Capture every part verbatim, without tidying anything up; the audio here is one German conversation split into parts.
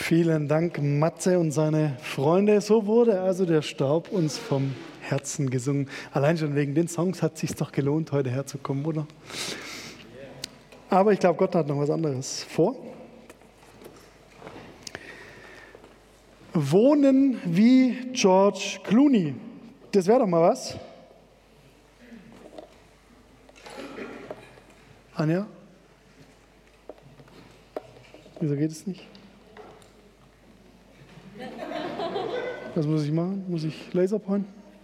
Vielen Dank, Matze und seine Freunde. So wurde also der Staub uns vom Herzen gesungen. Allein schon wegen den Songs hat es sich doch gelohnt, heute herzukommen, oder? Aber ich glaube, Gott hat noch was anderes vor. Wohnen wie George Clooney. Das wäre doch mal was. Anja? Wieso geht es nicht? Was muss ich machen? Muss ich Laserpointen?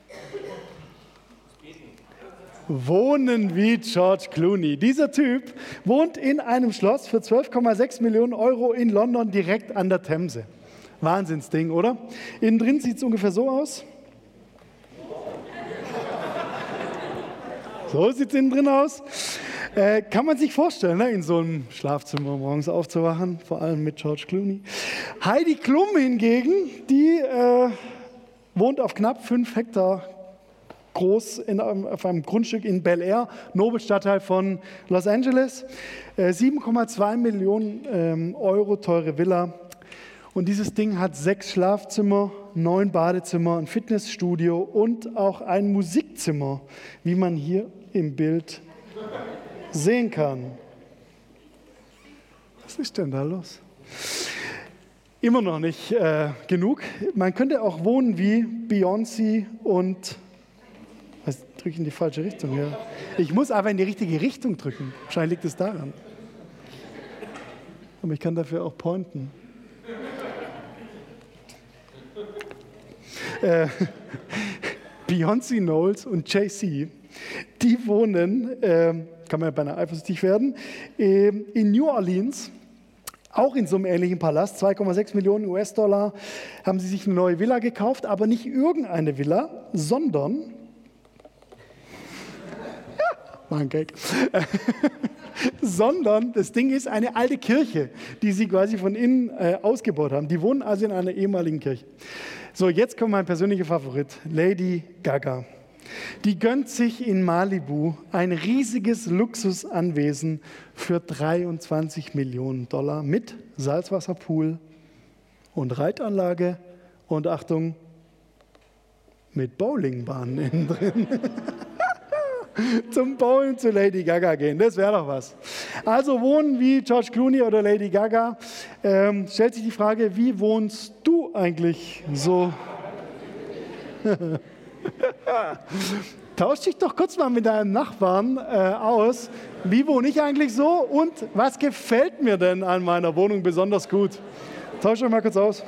Wohnen wie George Clooney. Dieser Typ wohnt in einem Schloss für zwölf Komma sechs Millionen Euro in London direkt an der Themse. Wahnsinnsding, oder? Innen drin sieht es ungefähr so aus. So sieht es innen drin aus. Äh, kann man sich vorstellen, ne, in so einem Schlafzimmer morgens aufzuwachen, vor allem mit George Clooney. Heidi Klum hingegen, die äh, wohnt auf knapp fünf Hektar groß in, auf einem Grundstück in Bel Air, Nobelstadtteil von Los Angeles. Äh, sieben Komma zwei Millionen ähm, Euro teure Villa. Und dieses Ding hat sechs Schlafzimmer, neun Badezimmer, ein Fitnessstudio und auch ein Musikzimmer, wie man hier im Bild sehen kann. Was ist denn da los? Immer noch nicht äh, genug. Man könnte auch wohnen wie Beyoncé und... Was drücke ich in die falsche Richtung? Ja. Ich muss aber in die richtige Richtung drücken. Wahrscheinlich liegt es daran. Aber ich kann dafür auch pointen. Äh, Beyoncé Knowles und Jay-Z, die wohnen, äh, kann man ja beinahe eifersüchtig werden, äh, in New Orleans, auch in so einem ähnlichen Palast, zwei Komma sechs Millionen U S-Dollar, haben sie sich eine neue Villa gekauft, aber nicht irgendeine Villa, sondern, ja, war ein Gag, sondern das Ding ist eine alte Kirche, die sie quasi von innen äh, ausgebaut haben. Die wohnen also in einer ehemaligen Kirche. So, jetzt kommt mein persönlicher Favorit, Lady Gaga. Die gönnt sich in Malibu ein riesiges Luxusanwesen für dreiundzwanzig Millionen Dollar mit Salzwasserpool und Reitanlage und Achtung, mit Bowlingbahnen innen drin. Zum Bowlen zu Lady Gaga gehen, das wäre doch was. Also wohnen wie George Clooney oder Lady Gaga. Ähm, stellt sich die Frage, wie wohnst du eigentlich so? Tausch dich doch kurz mal mit deinem Nachbarn äh, aus. Wie wohne ich eigentlich so und was gefällt mir denn an meiner Wohnung besonders gut? Tausch euch mal kurz aus.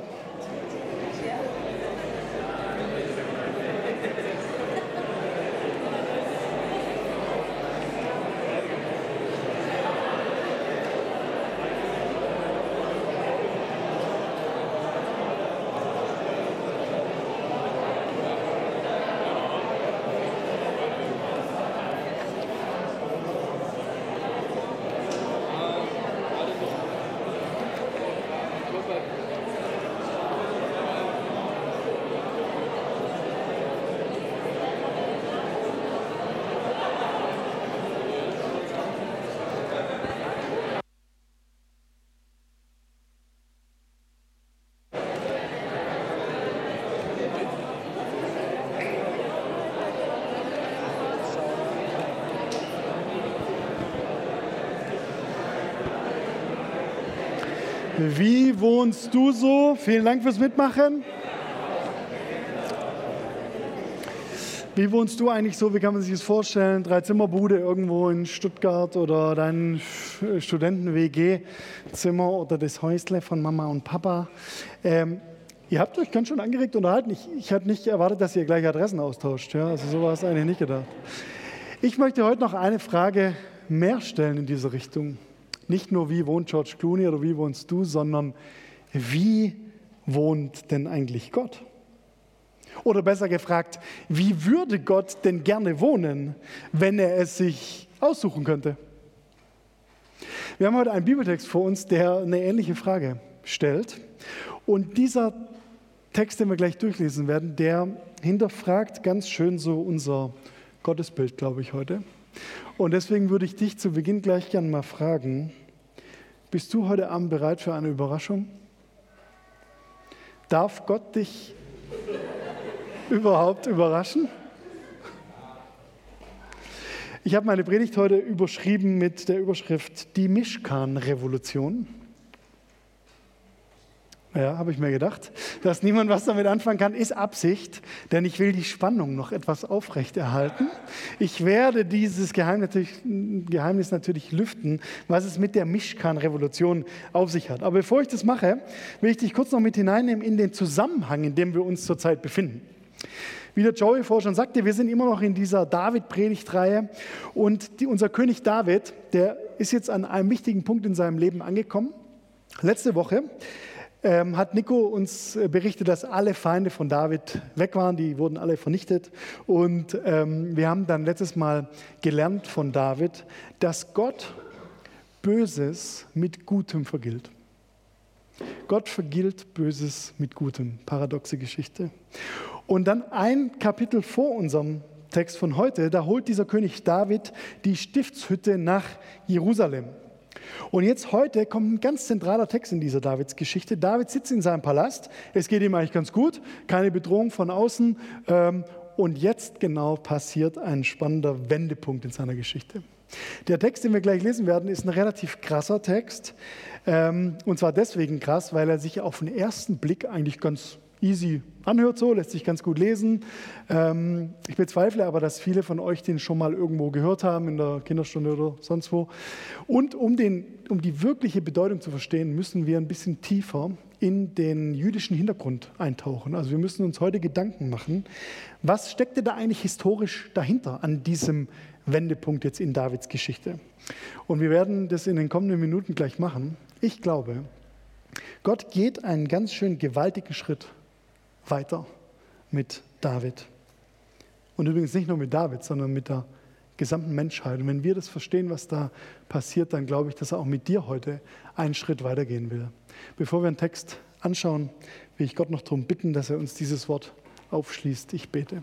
Wie wohnst du so? Vielen Dank fürs Mitmachen. Wie wohnst du eigentlich so? Wie kann man sich das vorstellen? Dreizimmerbude irgendwo in Stuttgart oder dein Studenten-W G-Zimmer oder das Häusle von Mama und Papa. Ähm, ihr habt euch ganz schön angeregt unterhalten. Ich, ich hatte nicht erwartet, dass ihr gleich Adressen austauscht. Ja? Also so war es eigentlich nicht gedacht. Ich möchte heute noch eine Frage mehr stellen in diese Richtung. Nicht nur, wie wohnt George Clooney oder wie wohnst du, sondern wie wohnt denn eigentlich Gott? Oder besser gefragt, wie würde Gott denn gerne wohnen, wenn er es sich aussuchen könnte? Wir haben heute einen Bibeltext vor uns, der eine ähnliche Frage stellt. Und dieser Text, den wir gleich durchlesen werden, der hinterfragt ganz schön so unser Gottesbild, glaube ich, heute. Und deswegen würde ich dich zu Beginn gleich gerne mal fragen, bist du heute Abend bereit für eine Überraschung? Darf Gott dich überhaupt überraschen? Ich habe meine Predigt heute überschrieben mit der Überschrift Die Mishkan-Revolution. Ja, habe ich mir gedacht. Dass niemand was damit anfangen kann, ist Absicht, denn ich will die Spannung noch etwas aufrechterhalten. Ich werde dieses Geheimnis natürlich, Geheimnis natürlich lüften, was es mit der Mishkan-Revolution auf sich hat. Aber bevor ich das mache, will ich dich kurz noch mit hineinnehmen in den Zusammenhang, in dem wir uns zurzeit befinden. Wie der Joey vorher schon sagte, wir sind immer noch in dieser David-Predigtreihe und die, unser König David, der ist jetzt an einem wichtigen Punkt in seinem Leben angekommen. Letzte Woche ähm, hat Nico uns berichtet, dass alle Feinde von David weg waren, die wurden alle vernichtet. Und ähm, wir haben dann letztes Mal gelernt von David, dass Gott Böses mit Gutem vergilt. Gott vergilt Böses mit Gutem. Paradoxe Geschichte. Und dann ein Kapitel vor unserem Text von heute, da holt dieser König David die Stiftshütte nach Jerusalem. Und jetzt heute kommt ein ganz zentraler Text in dieser Davids-Geschichte. David sitzt in seinem Palast, es geht ihm eigentlich ganz gut, keine Bedrohung von außen. Und jetzt genau passiert ein spannender Wendepunkt in seiner Geschichte. Der Text, den wir gleich lesen werden, ist ein relativ krasser Text. Und zwar deswegen krass, weil er sich auf den ersten Blick eigentlich ganz easy anhört, so lässt sich ganz gut lesen. Ähm, ich bezweifle aber, dass viele von euch den schon mal irgendwo gehört haben, in der Kinderstunde oder sonst wo. Und um, den, um die wirkliche Bedeutung zu verstehen, müssen wir ein bisschen tiefer in den jüdischen Hintergrund eintauchen. Also wir müssen uns heute Gedanken machen, was steckte da eigentlich historisch dahinter an diesem Wendepunkt jetzt in Davids Geschichte. Und wir werden das in den kommenden Minuten gleich machen. Ich glaube, Gott geht einen ganz schön gewaltigen Schritt weiter mit David. Und übrigens nicht nur mit David, sondern mit der gesamten Menschheit. Und wenn wir das verstehen, was da passiert, dann glaube ich, dass er auch mit dir heute einen Schritt weitergehen will. Bevor wir einen Text anschauen, will ich Gott noch darum bitten, dass er uns dieses Wort aufschließt. Ich bete.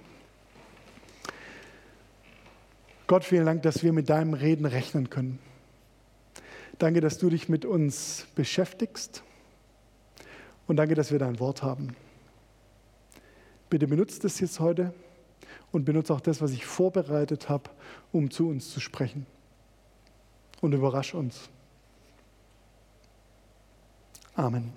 Gott, vielen Dank, dass wir mit deinem Reden rechnen können. Danke, dass du dich mit uns beschäftigst. Und danke, dass wir dein Wort haben. Bitte benutzt es jetzt heute und benutze auch das, was ich vorbereitet habe, um zu uns zu sprechen. Und überrasch uns. Amen.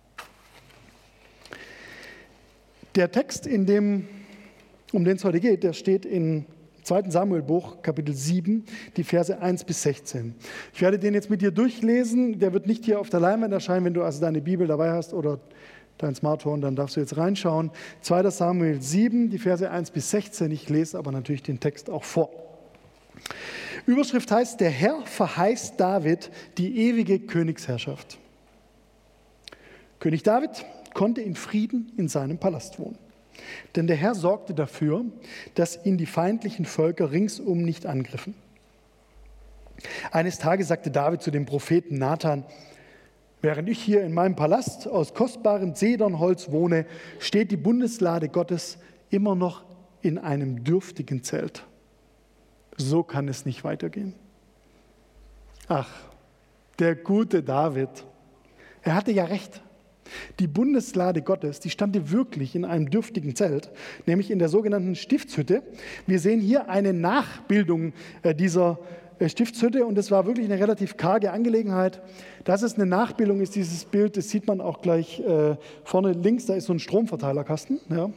Der Text, in dem, um den es heute geht, der steht in zweiten Samuel-Buch, Kapitel sieben, die Verse eins bis sechzehn. Ich werde den jetzt mit dir durchlesen. Der wird nicht hier auf der Leinwand erscheinen, wenn du also deine Bibel dabei hast oder dein Smartphone, dann darfst du jetzt reinschauen. zweiter Samuel sieben, die Verse eins bis sechzehn. Ich lese aber natürlich den Text auch vor. Überschrift heißt, der Herr verheißt David die ewige Königsherrschaft. König David konnte in Frieden in seinem Palast wohnen. Denn der Herr sorgte dafür, dass ihn die feindlichen Völker ringsum nicht angriffen. Eines Tages sagte David zu dem Propheten Nathan, während ich hier in meinem Palast aus kostbarem Zedernholz wohne, steht die Bundeslade Gottes immer noch in einem dürftigen Zelt. So kann es nicht weitergehen. Ach, der gute David, er hatte ja recht. Die Bundeslade Gottes, die stand wirklich in einem dürftigen Zelt, nämlich in der sogenannten Stiftshütte. Wir sehen hier eine Nachbildung dieser Stiftshütte und es war wirklich eine relativ karge Angelegenheit. Dass es eine Nachbildung ist, dieses Bild, das sieht man auch gleich äh, vorne links, da ist so ein Stromverteilerkasten. Ja.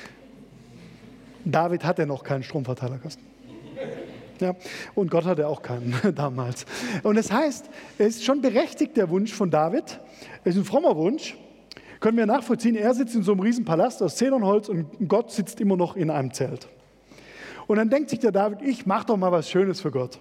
David hatte noch keinen Stromverteilerkasten. Ja, und Gott hatte auch keinen damals. Und das heißt, es ist schon berechtigt der Wunsch von David, es ist ein frommer Wunsch, können wir nachvollziehen, er sitzt in so einem riesen Palast aus Zedernholz und Gott sitzt immer noch in einem Zelt. Und dann denkt sich der David, ich mache doch mal was Schönes für Gott.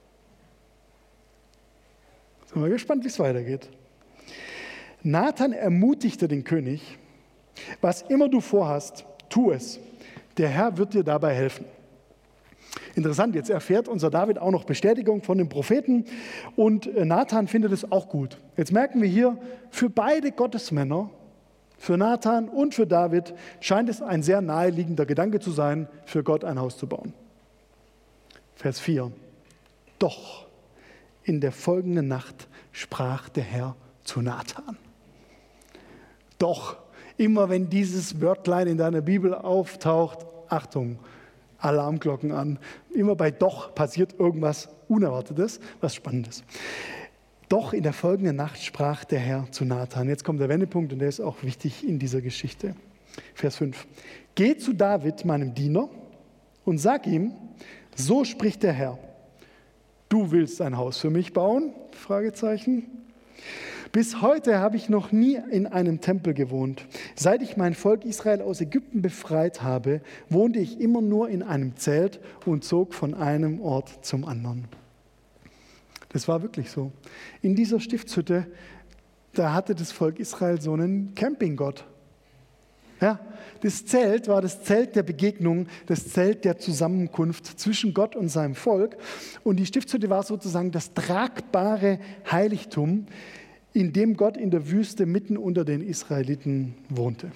Sind wir gespannt, wie es weitergeht. Nathan ermutigte den König, was immer du vorhast, tu es. Der Herr wird dir dabei helfen. Interessant, jetzt erfährt unser David auch noch Bestätigung von den Propheten und Nathan findet es auch gut. Jetzt merken wir hier, für beide Gottesmänner, für Nathan und für David, scheint es ein sehr naheliegender Gedanke zu sein, für Gott ein Haus zu bauen. Vers vier. Doch in der folgenden Nacht sprach der Herr zu Nathan. Doch Immer wenn dieses Wörtlein in deiner Bibel auftaucht, Achtung, Alarmglocken an. Immer bei doch passiert irgendwas Unerwartetes, was Spannendes. Doch in der folgenden Nacht sprach der Herr zu Nathan. Jetzt kommt der Wendepunkt und der ist auch wichtig in dieser Geschichte. Vers fünf. Geh zu David, meinem Diener, und sag ihm, so spricht der Herr. Du willst ein Haus für mich bauen? Fragezeichen. Bis heute habe ich noch nie in einem Tempel gewohnt. Seit ich mein Volk Israel aus Ägypten befreit habe, wohnte ich immer nur in einem Zelt und zog von einem Ort zum anderen. Das war wirklich so. In dieser Stiftshütte, da hatte das Volk Israel so einen Campinggott. Ja, das Zelt war das Zelt der Begegnung, das Zelt der Zusammenkunft zwischen Gott und seinem Volk. Und die Stiftshütte war sozusagen das tragbare Heiligtum, in dem Gott in der Wüste mitten unter den Israeliten wohnte.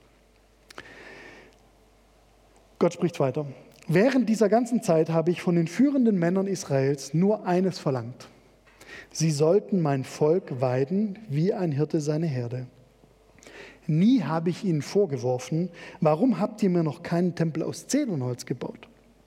Gott spricht weiter. Während dieser ganzen Zeit habe ich von den führenden Männern Israels nur eines verlangt. Sie sollten mein Volk weiden, wie ein Hirte seine Herde. Nie habe ich ihnen vorgeworfen, warum habt ihr mir noch keinen Tempel aus Zedernholz gebaut?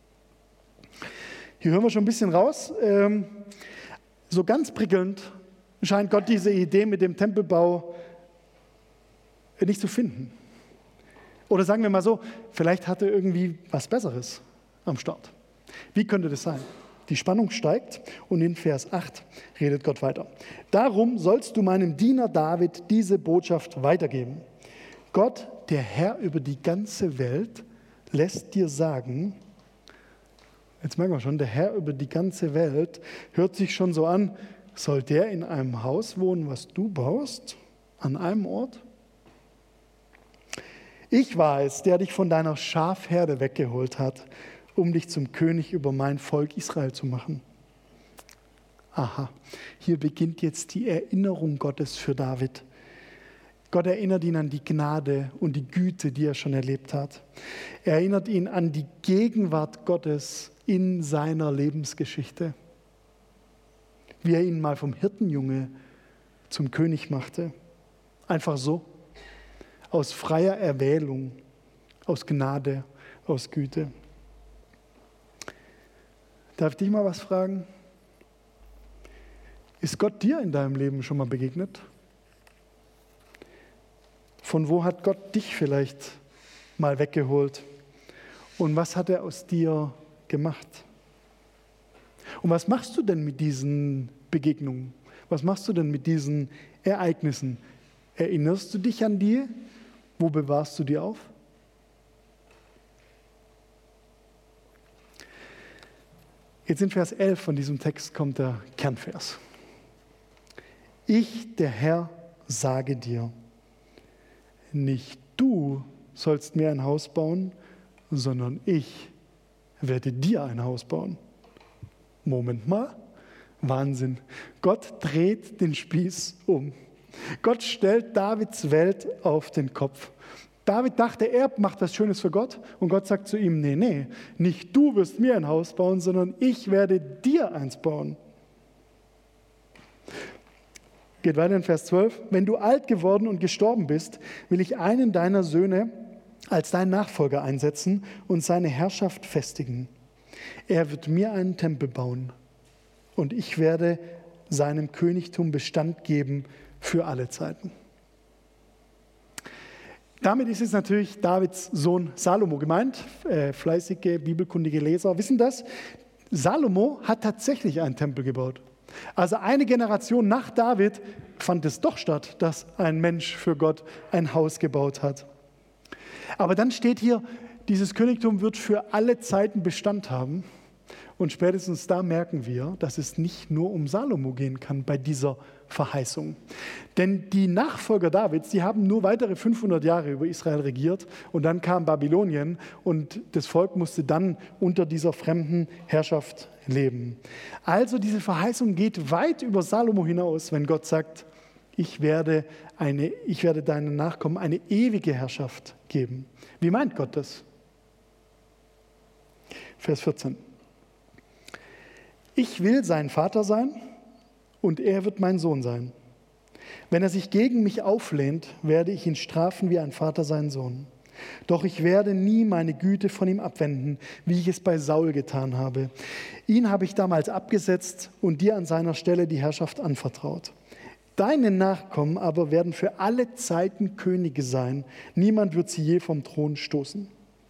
Hier hören wir schon ein bisschen raus. Ähm, so ganz prickelnd scheint Gott diese Idee mit dem Tempelbau nicht zu finden. Oder sagen wir mal so, vielleicht hat er irgendwie was Besseres am Start. Wie könnte das sein? Die Spannung steigt und in Vers acht redet Gott weiter. Darum sollst du meinem Diener David diese Botschaft weitergeben. Gott, der Herr über die ganze Welt, lässt dir sagen, jetzt merken wir schon, der Herr über die ganze Welt hört sich schon so an, soll der in einem Haus wohnen, was du baust, an einem Ort? Ich war es, der dich von deiner Schafherde weggeholt hat, um dich zum König über mein Volk Israel zu machen. Aha, hier beginnt jetzt die Erinnerung Gottes für David. Gott erinnert ihn an die Gnade und die Güte, die er schon erlebt hat. Er erinnert ihn an die Gegenwart Gottes in seiner Lebensgeschichte. Wie er ihn mal vom Hirtenjunge zum König machte. Einfach so, aus freier Erwählung, aus Gnade, aus Güte. Darf ich dich mal was fragen? Ist Gott dir in deinem Leben schon mal begegnet? Von wo hat Gott dich vielleicht mal weggeholt? Und was hat er aus dir gemacht? Und was machst du denn mit diesen Begegnungen? Was machst du denn mit diesen Ereignissen? Erinnerst du dich an die? Wo bewahrst du die auf? Jetzt in Vers elf von diesem Text kommt der Kernvers. Ich, der Herr, sage dir, nicht du sollst mir ein Haus bauen, sondern ich werde dir ein Haus bauen. Moment mal, Wahnsinn. Gott dreht den Spieß um. Gott stellt Davids Welt auf den Kopf. David dachte, er macht was Schönes für Gott und Gott sagt zu ihm, nee, nee, nicht du wirst mir ein Haus bauen, sondern ich werde dir eins bauen. Geht weiter in Vers zwölf. Wenn du alt geworden und gestorben bist, will ich einen deiner Söhne als deinen Nachfolger einsetzen und seine Herrschaft festigen. Er wird mir einen Tempel bauen und ich werde seinem Königtum Bestand geben für alle Zeiten. Damit ist es natürlich Davids Sohn Salomo gemeint. Äh, fleißige, bibelkundige Leser wissen das. Salomo hat tatsächlich einen Tempel gebaut. Also eine Generation nach David fand es doch statt, dass ein Mensch für Gott ein Haus gebaut hat. Aber dann steht hier, dieses Königtum wird für alle Zeiten Bestand haben. Und spätestens da merken wir, dass es nicht nur um Salomo gehen kann bei dieser Verheißung. Denn die Nachfolger Davids, die haben nur weitere fünfhundert Jahre über Israel regiert und dann kam Babylonien und das Volk musste dann unter dieser fremden Herrschaft leben. Also diese Verheißung geht weit über Salomo hinaus, wenn Gott sagt, ich werde, eine, ich werde deinen Nachkommen eine ewige Herrschaft geben. Wie meint Gott das? Vers vierzehn. Ich will sein Vater sein und er wird mein Sohn sein. Wenn er sich gegen mich auflehnt, werde ich ihn strafen wie ein Vater seinen Sohn. Doch ich werde nie meine Güte von ihm abwenden, wie ich es bei Saul getan habe. Ihn habe ich damals abgesetzt und dir an seiner Stelle die Herrschaft anvertraut. Deine Nachkommen aber werden für alle Zeiten Könige sein. Niemand wird sie je vom Thron stoßen.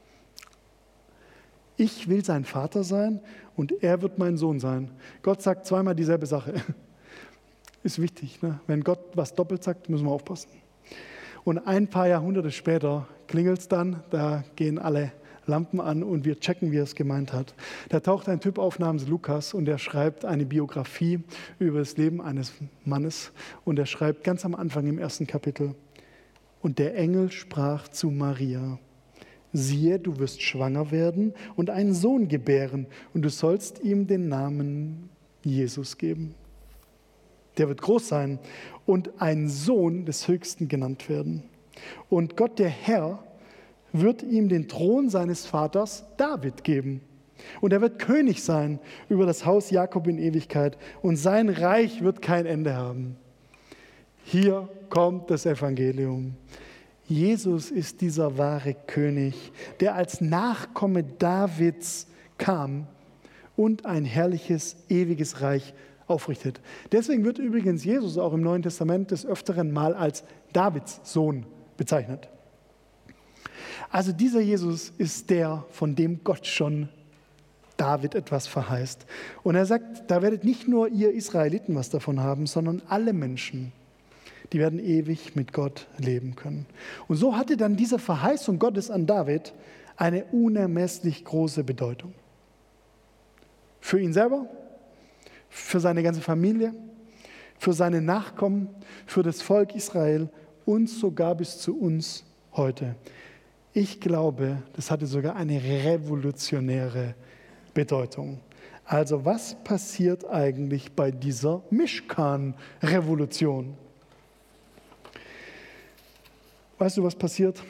Ich will sein Vater sein und er wird mein Sohn sein. Gott sagt zweimal dieselbe Sache. Ist wichtig, ne? Wenn Gott was doppelt sagt, müssen wir aufpassen. Und ein paar Jahrhunderte später klingelt es dann, da gehen alle Lampen an und wir checken, wie er es gemeint hat. Da taucht ein Typ auf namens Lukas und er schreibt eine Biografie über das Leben eines Mannes und er schreibt ganz am Anfang im ersten Kapitel: Und der Engel sprach zu Maria: Siehe, du wirst schwanger werden und einen Sohn gebären und du sollst ihm den Namen Jesus geben. Der wird groß sein und ein Sohn des Höchsten genannt werden. Und Gott, der Herr, wird ihm den Thron seines Vaters David geben. Und er wird König sein über das Haus Jakob in Ewigkeit und sein Reich wird kein Ende haben. Hier kommt das Evangelium. Jesus ist dieser wahre König, der als Nachkomme Davids kam und ein herrliches, ewiges Reich aufrichtet. Deswegen wird übrigens Jesus auch im Neuen Testament des Öfteren mal als Davids Sohn bezeichnet. Also dieser Jesus ist der, von dem Gott schon David etwas verheißt. Und er sagt, da werdet nicht nur ihr Israeliten was davon haben, sondern alle Menschen, die werden ewig mit Gott leben können. Und so hatte dann diese Verheißung Gottes an David eine unermesslich große Bedeutung. Für ihn selber, für seine ganze Familie, für seine Nachkommen, für das Volk Israel und sogar bis zu uns heute. Ich glaube, das hatte sogar eine revolutionäre Bedeutung. Also was passiert eigentlich bei dieser Mischkan-Revolution? Weißt du, was passiert?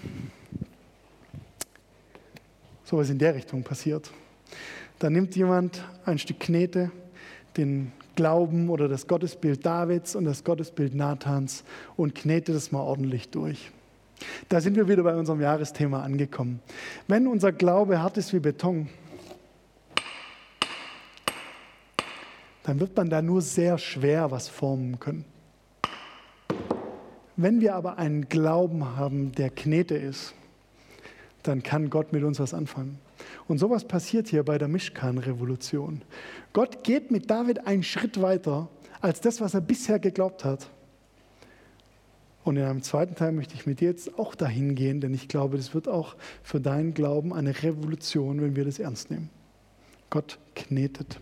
So was in der Richtung passiert. Da nimmt jemand ein Stück Knete, den Glauben oder das Gottesbild Davids und das Gottesbild Nathans und knetet es mal ordentlich durch. Da sind wir wieder bei unserem Jahresthema angekommen. Wenn unser Glaube hart ist wie Beton, dann wird man da nur sehr schwer was formen können. Wenn wir aber einen Glauben haben, der Knete ist, dann kann Gott mit uns was anfangen. Und sowas passiert hier bei der Mischkan-Revolution. Gott geht mit David einen Schritt weiter als das, was er bisher geglaubt hat. Und in einem zweiten Teil möchte ich mit dir jetzt auch dahin gehen, denn ich glaube, das wird auch für deinen Glauben eine Revolution, wenn wir das ernst nehmen. Gott knetet.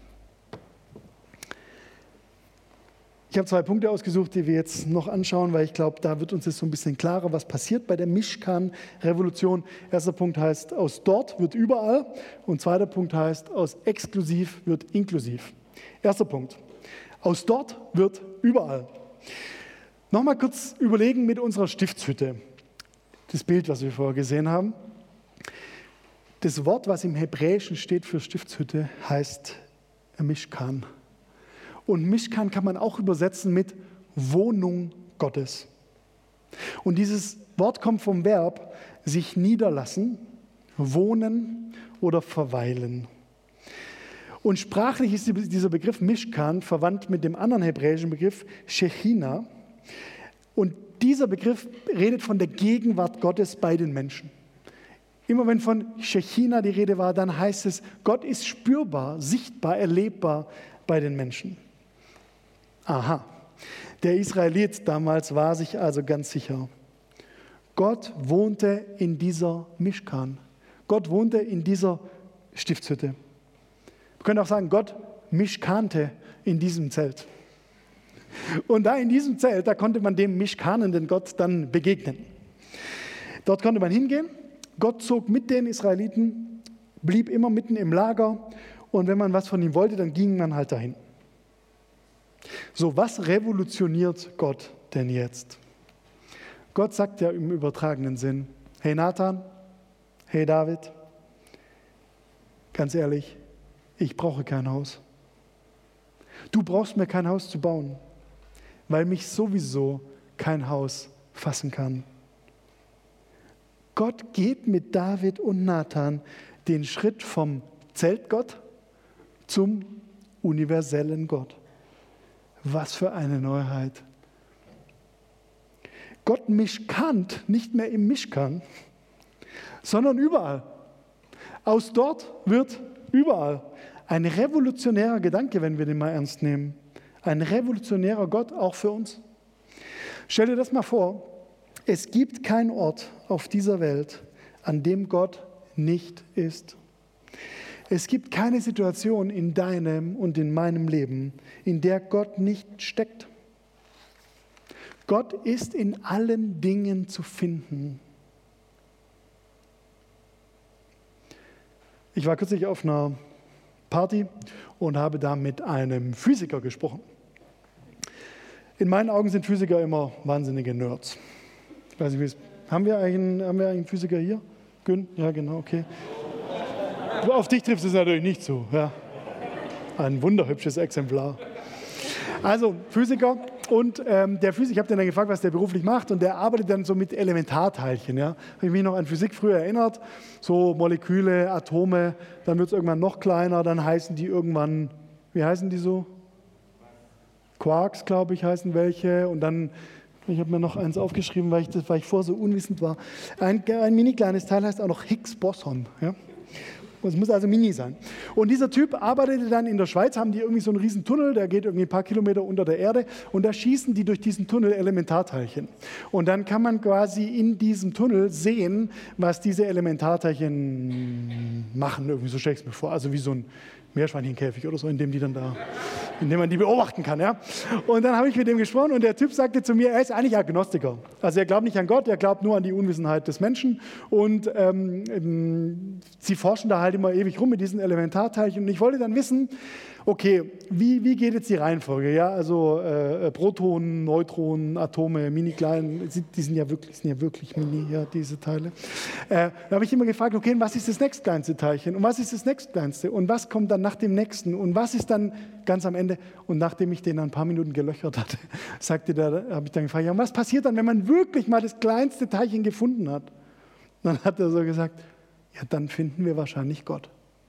Ich habe zwei Punkte ausgesucht, die wir jetzt noch anschauen, weil ich glaube, da wird uns jetzt so ein bisschen klarer, was passiert bei der Mischkan-Revolution. Erster Punkt heißt, aus dort wird überall. Und zweiter Punkt heißt, aus exklusiv wird inklusiv. Erster Punkt, aus dort wird überall. Nochmal kurz überlegen mit unserer Stiftshütte. Das Bild, was wir vorher gesehen haben. Das Wort, was im Hebräischen steht für Stiftshütte, heißt Mischkan. Und Mischkan kann man auch übersetzen mit Wohnung Gottes. Und dieses Wort kommt vom Verb sich niederlassen, wohnen oder verweilen. Und sprachlich ist dieser Begriff Mischkan verwandt mit dem anderen hebräischen Begriff Shechina. Und dieser Begriff redet von der Gegenwart Gottes bei den Menschen. Immer wenn von Shechina die Rede war, dann heißt es, Gott ist spürbar, sichtbar, erlebbar bei den Menschen. Aha, der Israelit damals war sich also ganz sicher. Gott wohnte in dieser Mischkan. Gott wohnte in dieser Stiftshütte. Wir können auch sagen, Gott mischkante in diesem Zelt. Und da in diesem Zelt, da konnte man dem mischkanenden Gott dann begegnen. Dort konnte man hingehen. Gott zog mit den Israeliten, blieb immer mitten im Lager. Und wenn man was von ihm wollte, dann ging man halt dahin. So, was revolutioniert Gott denn jetzt? Gott sagt ja im übertragenen Sinn, hey Nathan, hey David, ganz ehrlich, ich brauche kein Haus. Du brauchst mir kein Haus zu bauen. weil mich sowieso kein Haus fassen kann. Gott geht mit David und Nathan den Schritt vom Zeltgott zum universellen Gott. Was für eine Neuheit. Gott mischkant, nicht mehr im Mischkan, sondern überall. Aus dort wird überall. Ein revolutionärer Gedanke, wenn wir den mal ernst nehmen. Ein revolutionärer Gott auch für uns. Stell dir das mal vor, es gibt keinen Ort auf dieser Welt, an dem Gott nicht ist. Es gibt keine Situation in deinem und in meinem Leben, in der Gott nicht steckt. Gott ist in allen Dingen zu finden. Ich war kürzlich auf einer Party und habe da mit einem Physiker gesprochen. In meinen Augen sind Physiker immer wahnsinnige Nerds. Ich weiß nicht, wie es, haben wir eigentlich einen, haben wir einen Physiker hier? Gün? Ja, genau, okay. Auf dich trifft es natürlich nicht zu. Ja. Ein wunderhübsches Exemplar. Also Physiker und ähm, der Physiker, ich habe den dann gefragt, was der beruflich macht, und der arbeitet dann so mit Elementarteilchen. Ja. Habe ich mich noch an Physik früher erinnert, so Moleküle, Atome, dann wird es irgendwann noch kleiner, dann heißen die irgendwann, wie heißen die so? Quarks, glaube ich, heißen welche, und dann, ich habe mir noch eins aufgeschrieben, weil ich, das, weil ich vorher so unwissend war, ein, ein mini kleines Teil heißt auch noch Higgs-Boson. Ja. Es muss also mini sein. Und dieser Typ arbeitete dann in der Schweiz, haben die irgendwie so einen riesen Tunnel, der geht irgendwie ein paar Kilometer unter der Erde, und da schießen die durch diesen Tunnel Elementarteilchen. Und dann kann man quasi in diesem Tunnel sehen, was diese Elementarteilchen machen, irgendwie so stelle ich es mir vor, also wie so ein Meerschweinchenkäfig oder so, in dem die dann da, in dem man die beobachten kann. Ja? Und dann habe ich mit dem gesprochen und der Typ sagte zu mir, er ist eigentlich Agnostiker. Also er glaubt nicht an Gott, er glaubt nur an die Unwissenheit des Menschen, und ähm, sie forschen da halt immer ewig rum mit diesen Elementarteilchen, und ich wollte dann wissen, okay, wie, wie geht jetzt die Reihenfolge? Ja? Also äh, Protonen, Neutronen, Atome, mini klein, die sind ja wirklich, sind ja wirklich mini, ja, diese Teile. Äh, da habe ich immer gefragt, okay, was ist das nächstkleinste Teilchen und was ist das nächstkleinste und was kommt dann nach dem nächsten und was ist dann ganz am Ende? Und nachdem ich den dann ein paar Minuten gelöchert hatte, sagte der, habe ich dann gefragt, ja, und was passiert dann, wenn man wirklich mal das kleinste Teilchen gefunden hat? Dann hat er so gesagt, ja, dann finden wir wahrscheinlich Gott.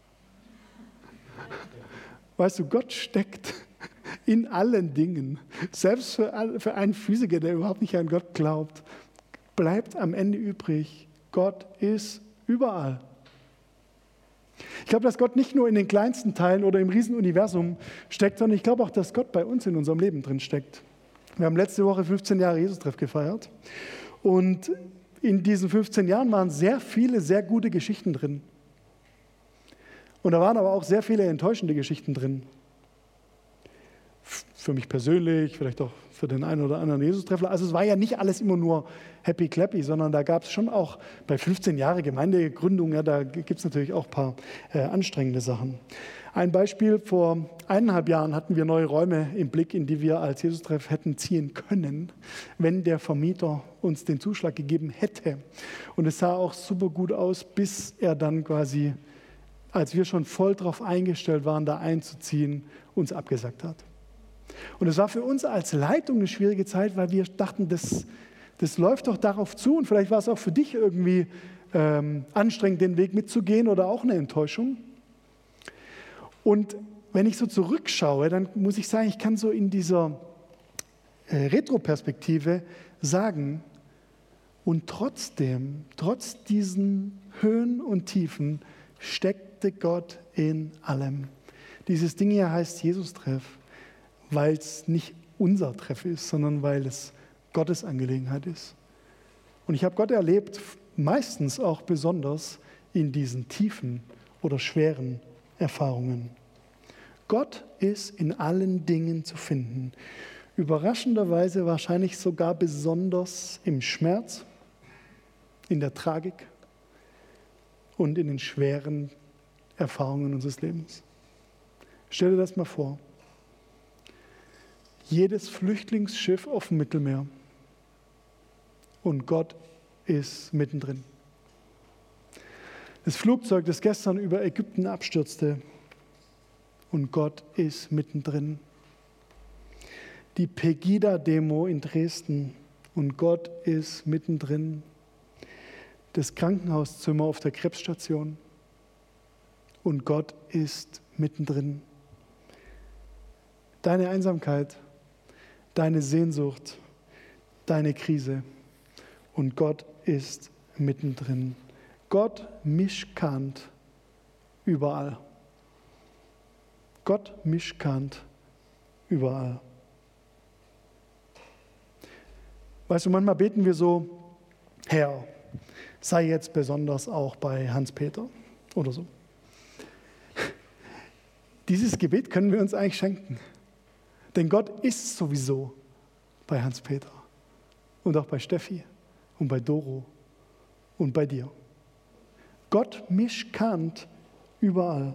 Weißt du, Gott steckt in allen Dingen. Selbst für, all, für einen Physiker, der überhaupt nicht an Gott glaubt, bleibt am Ende übrig, Gott ist überall. Ich glaube, dass Gott nicht nur in den kleinsten Teilen oder im Riesenuniversum steckt, sondern ich glaube auch, dass Gott bei uns in unserem Leben drin steckt. Wir haben letzte Woche fünfzehn Jahre Jesus-Treff gefeiert, und in diesen fünfzehn Jahren waren sehr viele sehr gute Geschichten drin. Und da waren aber auch sehr viele enttäuschende Geschichten drin. Für mich persönlich, vielleicht auch für den einen oder anderen Jesus-Treffler. Also es war ja nicht alles immer nur happy clappy, sondern da gab es schon auch bei fünfzehn Jahre Gemeindegründung, ja, da gibt es natürlich auch ein paar äh, anstrengende Sachen. Ein Beispiel, vor eineinhalb Jahren hatten wir neue Räume im Blick, in die wir als Jesus-Treff hätten ziehen können, wenn der Vermieter uns den Zuschlag gegeben hätte. Und es sah auch super gut aus, bis er dann quasi, als wir schon voll darauf eingestellt waren, da einzuziehen, uns abgesagt hat. Und es war für uns als Leitung eine schwierige Zeit, weil wir dachten, das, das läuft doch darauf zu, und vielleicht war es auch für dich irgendwie ähm, anstrengend, den Weg mitzugehen, oder auch eine Enttäuschung. Und wenn ich so zurückschaue, dann muss ich sagen, ich kann so in dieser äh, Retroperspektive sagen, und trotzdem, trotz diesen Höhen und Tiefen, steckte Gott in allem. Dieses Ding hier heißt Jesus-Treff, weil es nicht unser Treff ist, sondern weil es Gottes Angelegenheit ist. Und ich habe Gott erlebt, meistens auch besonders in diesen tiefen oder schweren Erfahrungen. Gott ist in allen Dingen zu finden. Überraschenderweise wahrscheinlich sogar besonders im Schmerz, in der Tragik und in den schweren Erfahrungen unseres Lebens. Stell dir das mal vor. Jedes Flüchtlingsschiff auf dem Mittelmeer und Gott ist mittendrin. Das Flugzeug, das gestern über Ägypten abstürzte, und Gott ist mittendrin. die Pegida-Demo in Dresden und Gott ist mittendrin. Das Krankenhauszimmer auf der Krebsstation und Gott ist mittendrin. Deine Einsamkeit, deine Sehnsucht, deine Krise und Gott ist mittendrin. Gott mischkant überall. Gott mischkant überall. Weißt du, manchmal beten wir so, Herr, sei jetzt besonders auch bei Hans-Peter oder so. Dieses Gebet können wir uns eigentlich schenken. Denn Gott ist sowieso bei Hans-Peter und auch bei Steffi und bei Doro und bei dir. Gott mischkant überall.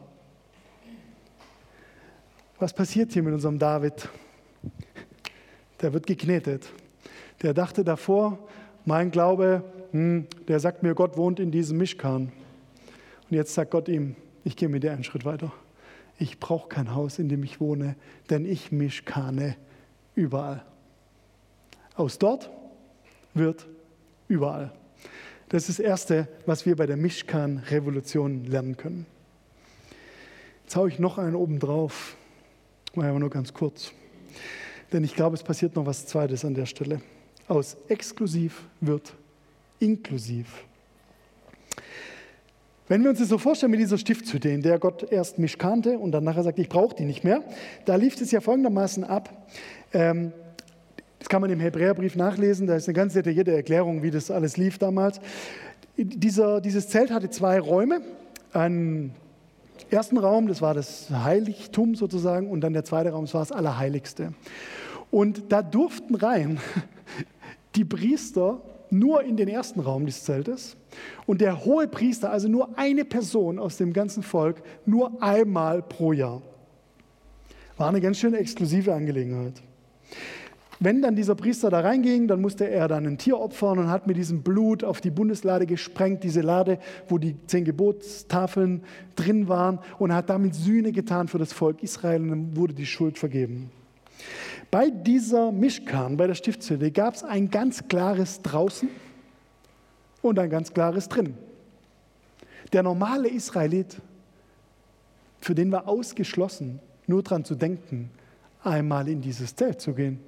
Was passiert hier mit unserem David? Der wird geknetet. Der dachte davor, mein Glaube, hm, der sagt mir, Gott wohnt in diesem Mischkan. Und jetzt sagt Gott ihm, ich gehe mit dir einen Schritt weiter. Ich brauche kein Haus, in dem ich wohne, denn ich mischkane überall. Aus dort wird überall. Das ist das Erste, was wir bei der Mischkan-Revolution lernen können. Jetzt haue ich noch einen oben drauf, aber nur ganz kurz. Denn ich glaube, es passiert noch was Zweites an der Stelle. Aus exklusiv wird inklusiv. Wenn wir uns das so vorstellen mit dieser Stiftshütte, in der Gott erst mischkante und dann nachher sagt, ich brauche die nicht mehr, da lief es ja folgendermaßen ab. Ähm, das kann man im Hebräerbrief nachlesen, da ist eine ganz detaillierte Erklärung, wie das alles lief damals. Dieser, dieses Zelt hatte zwei Räume, einen ersten Raum, das war das Heiligtum sozusagen, und dann der zweite Raum, das war das Allerheiligste. Und da durften rein die Priester nur in den ersten Raum des Zeltes und der hohe Priester, also nur eine Person aus dem ganzen Volk, nur einmal pro Jahr. War eine ganz schön exklusive Angelegenheit. Wenn dann dieser Priester da reinging, dann musste er dann ein Tier opfern und hat mit diesem Blut auf die Bundeslade gesprengt, diese Lade, wo die zehn Gebotstafeln drin waren, und hat damit Sühne getan für das Volk Israel, und dann wurde die Schuld vergeben. Bei dieser Mischkan, bei der Stiftshütte, gab es ein ganz klares Draußen und ein ganz klares Drinnen. Der normale Israelit, für den war ausgeschlossen, nur daran zu denken, einmal in dieses Zelt zu gehen.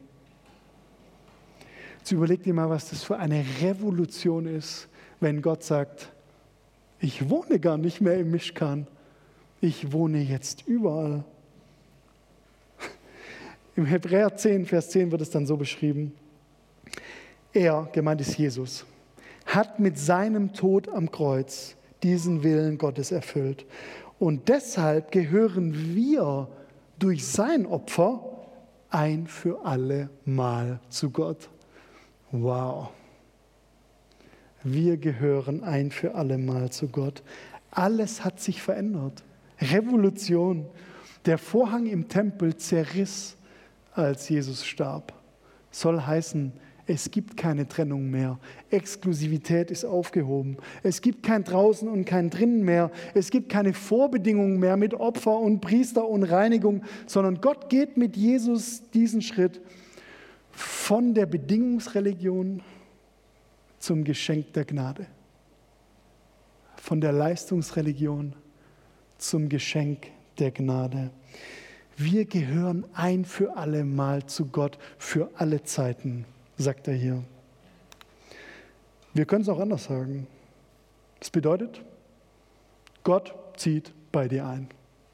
Jetzt überleg dir mal, was das für eine Revolution ist, wenn Gott sagt, ich wohne gar nicht mehr im Mischkan, ich wohne jetzt überall. Im Hebräer zehn, Vers zehn wird es dann so beschrieben: Er, gemeint ist Jesus, hat mit seinem Tod am Kreuz diesen Willen Gottes erfüllt. Und deshalb gehören wir durch sein Opfer ein für alle Mal zu Gott. Wow. Wir gehören ein für alle Mal zu Gott. Alles hat sich verändert. Revolution. Der Vorhang im Tempel zerriss, als Jesus starb. Soll heißen, es gibt keine Trennung mehr. Exklusivität ist aufgehoben. Es gibt kein Draußen und kein Drinnen mehr. Es gibt keine Vorbedingungen mehr mit Opfer und Priester und Reinigung, sondern Gott geht mit Jesus diesen Schritt von der Bedingungsreligion zum Geschenk der Gnade. Von der Leistungsreligion zum Geschenk der Gnade. Wir gehören ein für alle Mal zu Gott, für alle Zeiten, sagt er hier. Wir können es auch anders sagen. Das bedeutet, Gott zieht bei dir ein.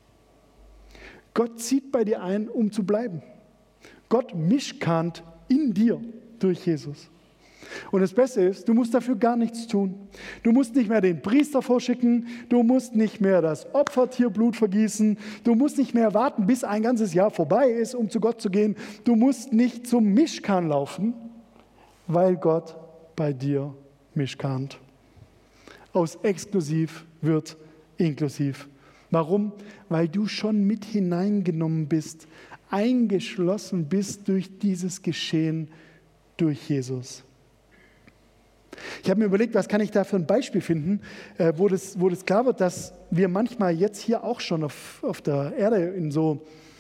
Gott zieht bei dir ein, um zu bleiben. Gott mischkant in dir durch Jesus. Und das Beste ist, du musst dafür gar nichts tun. Du musst nicht mehr den Priester vorschicken, du musst nicht mehr das Opfertierblut vergießen, du musst nicht mehr warten, bis ein ganzes Jahr vorbei ist, um zu Gott zu gehen. Du musst nicht zum Mischkan laufen, weil Gott bei dir mischkant. Aus exklusiv wird inklusiv. Warum? Weil du schon mit hineingenommen bist, eingeschlossen bist durch dieses Geschehen durch Jesus. Ich habe mir überlegt, was kann ich da für ein Beispiel finden, äh, wo, das, wo das klar wird, dass wir manchmal jetzt hier auch schon auf, auf der Erde in so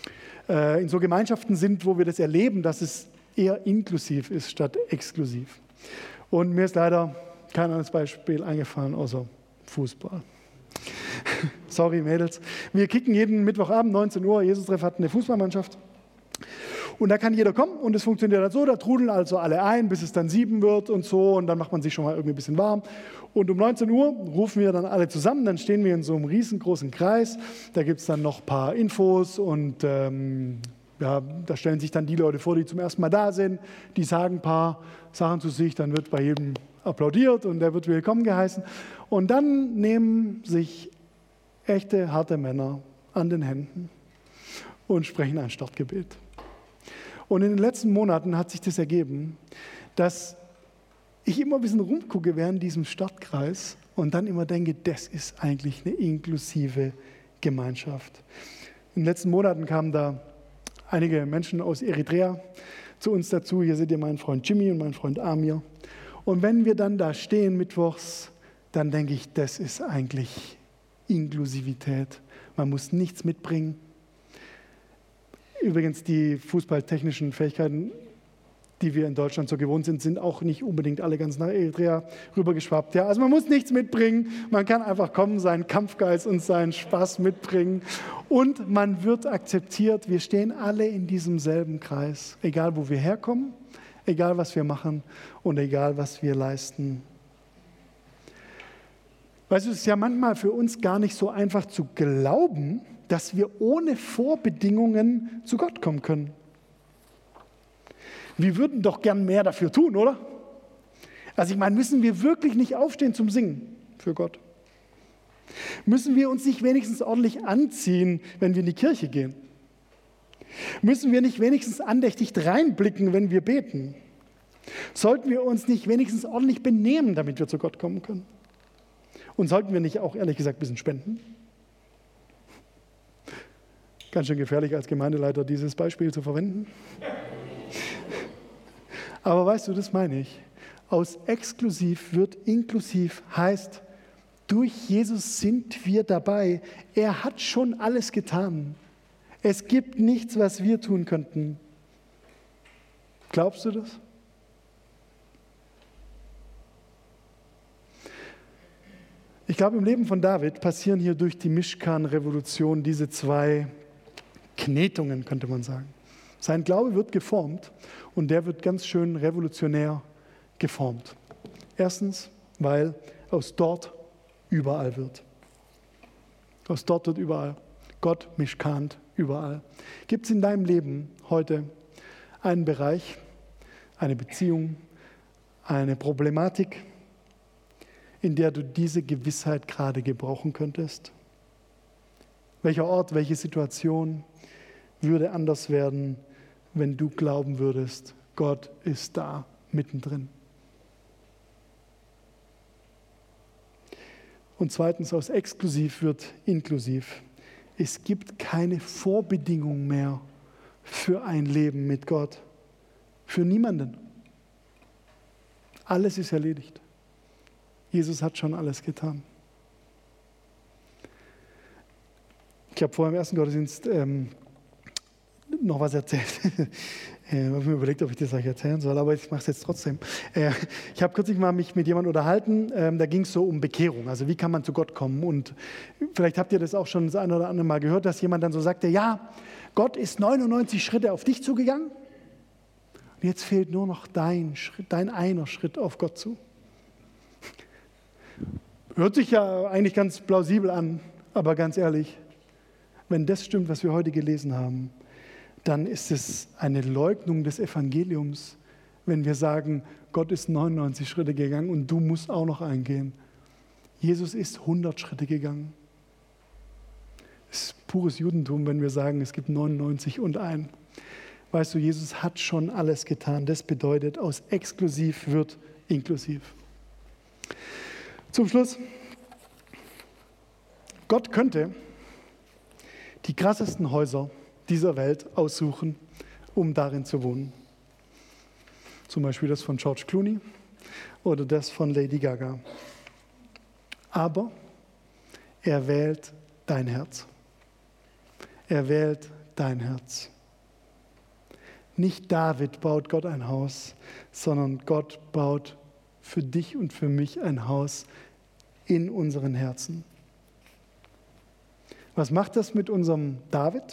äh, in so Gemeinschaften sind, wo wir das erleben, dass es eher inklusiv ist statt exklusiv. Und mir ist leider kein anderes Beispiel eingefallen, außer Fußball. Sorry, Mädels. Wir kicken jeden Mittwochabend, neunzehn Uhr, Jesus-Treff hat eine Fußballmannschaft. Und da kann jeder kommen und es funktioniert halt so, da trudeln also alle ein, bis es dann sieben wird und so und dann macht man sich schon mal irgendwie ein bisschen warm. Und um neunzehn Uhr rufen wir dann alle zusammen, dann stehen wir in so einem riesengroßen Kreis, da gibt es dann noch ein paar Infos und ähm, ja, da stellen sich dann die Leute vor, die zum ersten Mal da sind, die sagen ein paar Sachen zu sich, dann wird bei jedem applaudiert und der wird willkommen geheißen. Und dann nehmen sich echte, harte Männer an den Händen und sprechen ein Startgebet. Und in den letzten Monaten hat sich das ergeben, dass ich immer ein bisschen rumgucke während diesem Startkreis und dann immer denke, das ist eigentlich eine inklusive Gemeinschaft. In den letzten Monaten kamen da einige Menschen aus Eritrea zu uns dazu. Hier seht ihr meinen Freund Jimmy und meinen Freund Amir. Und wenn wir dann da stehen mittwochs, dann denke ich, das ist eigentlich Inklusivität. Man muss nichts mitbringen. Übrigens, die fußballtechnischen Fähigkeiten, die wir in Deutschland so gewohnt sind, sind auch nicht unbedingt alle ganz nach Eritrea rübergeschwappt. Ja, also man muss nichts mitbringen, man kann einfach kommen, seinen Kampfgeist und seinen Spaß mitbringen und man wird akzeptiert. Wir stehen alle in diesem selben Kreis, egal wo wir herkommen, egal was wir machen und egal was wir leisten. Weißt du, es ist ja manchmal für uns gar nicht so einfach zu glauben, dass wir ohne Vorbedingungen zu Gott kommen können. Wir würden doch gern mehr dafür tun, oder? Also ich meine, müssen wir wirklich nicht aufstehen zum Singen für Gott? Müssen wir uns nicht wenigstens ordentlich anziehen, wenn wir in die Kirche gehen? Müssen wir nicht wenigstens andächtig reinblicken, wenn wir beten? Sollten wir uns nicht wenigstens ordentlich benehmen, damit wir zu Gott kommen können? Und sollten wir nicht auch, ehrlich gesagt, ein bisschen spenden? Ganz schön gefährlich als Gemeindeleiter, dieses Beispiel zu verwenden. Aber weißt du, das meine ich. Aus exklusiv wird inklusiv, heißt, durch Jesus sind wir dabei. Er hat schon alles getan. Es gibt nichts, was wir tun könnten. Glaubst du das? Ich glaube, im Leben von David passieren hier durch die Mischkan-Revolution diese zwei Knetungen, könnte man sagen. Sein Glaube wird geformt und der wird ganz schön revolutionär geformt. Erstens, weil aus dort überall wird. Aus dort wird überall. Gott mischkant überall. Gibt es in deinem Leben heute einen Bereich, eine Beziehung, eine Problematik, in der du diese Gewissheit gerade gebrauchen könntest? Welcher Ort, welche Situation würde anders werden, wenn du glauben würdest, Gott ist da mittendrin? Und zweitens, aus exklusiv wird inklusiv. Es gibt keine Vorbedingung mehr für ein Leben mit Gott. Für niemanden. Alles ist erledigt. Jesus hat schon alles getan. Ich habe vorher im ersten Gottesdienst ähm, noch was erzählt. Ich habe mir überlegt, ob ich das euch erzählen soll, aber ich mache es jetzt trotzdem. Äh, ich habe kürzlich mal mich mit jemandem unterhalten, ähm, da ging es so um Bekehrung, also wie kann man zu Gott kommen. Und vielleicht habt ihr das auch schon das eine oder andere Mal gehört, dass jemand dann so sagte, ja, Gott ist neunundneunzig Schritte auf dich zugegangen und jetzt fehlt nur noch dein Schritt, dein einer Schritt auf Gott zu. Hört sich ja eigentlich ganz plausibel an, aber ganz ehrlich, wenn das stimmt, was wir heute gelesen haben, dann ist es eine Leugnung des Evangeliums, wenn wir sagen, Gott ist neunundneunzig Schritte gegangen und du musst auch noch eingehen. Jesus ist hundert Schritte gegangen. Es ist pures Judentum, wenn wir sagen, es gibt neunundneunzig und ein. Weißt du, Jesus hat schon alles getan. Das bedeutet, aus exklusiv wird inklusiv. Zum Schluss, Gott könnte die krassesten Häuser dieser Welt aussuchen, um darin zu wohnen. Zum Beispiel das von George Clooney oder das von Lady Gaga. Aber er wählt dein Herz. Er wählt dein Herz. Nicht David baut Gott ein Haus, sondern Gott baut für dich und für mich ein Haus in unseren Herzen. Was macht das mit unserem David?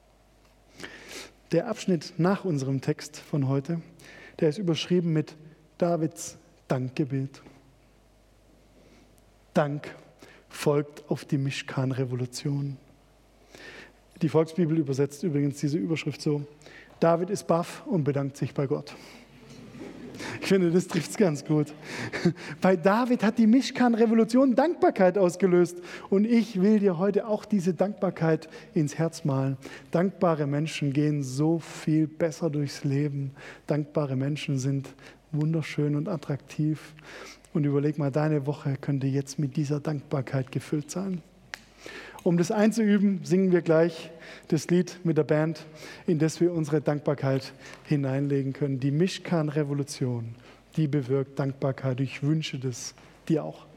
Der Abschnitt nach unserem Text von heute, der ist überschrieben mit Davids Dankgebet. Dank folgt auf die Mischkan-Revolution. Die Volksbibel übersetzt übrigens diese Überschrift so: David ist baff und bedankt sich bei Gott. Ich finde, das trifft es ganz gut. Bei David hat die Mischkan-Revolution Dankbarkeit ausgelöst. Und ich will dir heute auch diese Dankbarkeit ins Herz malen. Dankbare Menschen gehen so viel besser durchs Leben. Dankbare Menschen sind wunderschön und attraktiv. Und überleg mal, deine Woche könnte jetzt mit dieser Dankbarkeit gefüllt sein. Um das einzuüben, singen wir gleich das Lied mit der Band, in das wir unsere Dankbarkeit hineinlegen können. Die Mischkan-Revolution, die bewirkt Dankbarkeit. Ich wünsche das dir auch.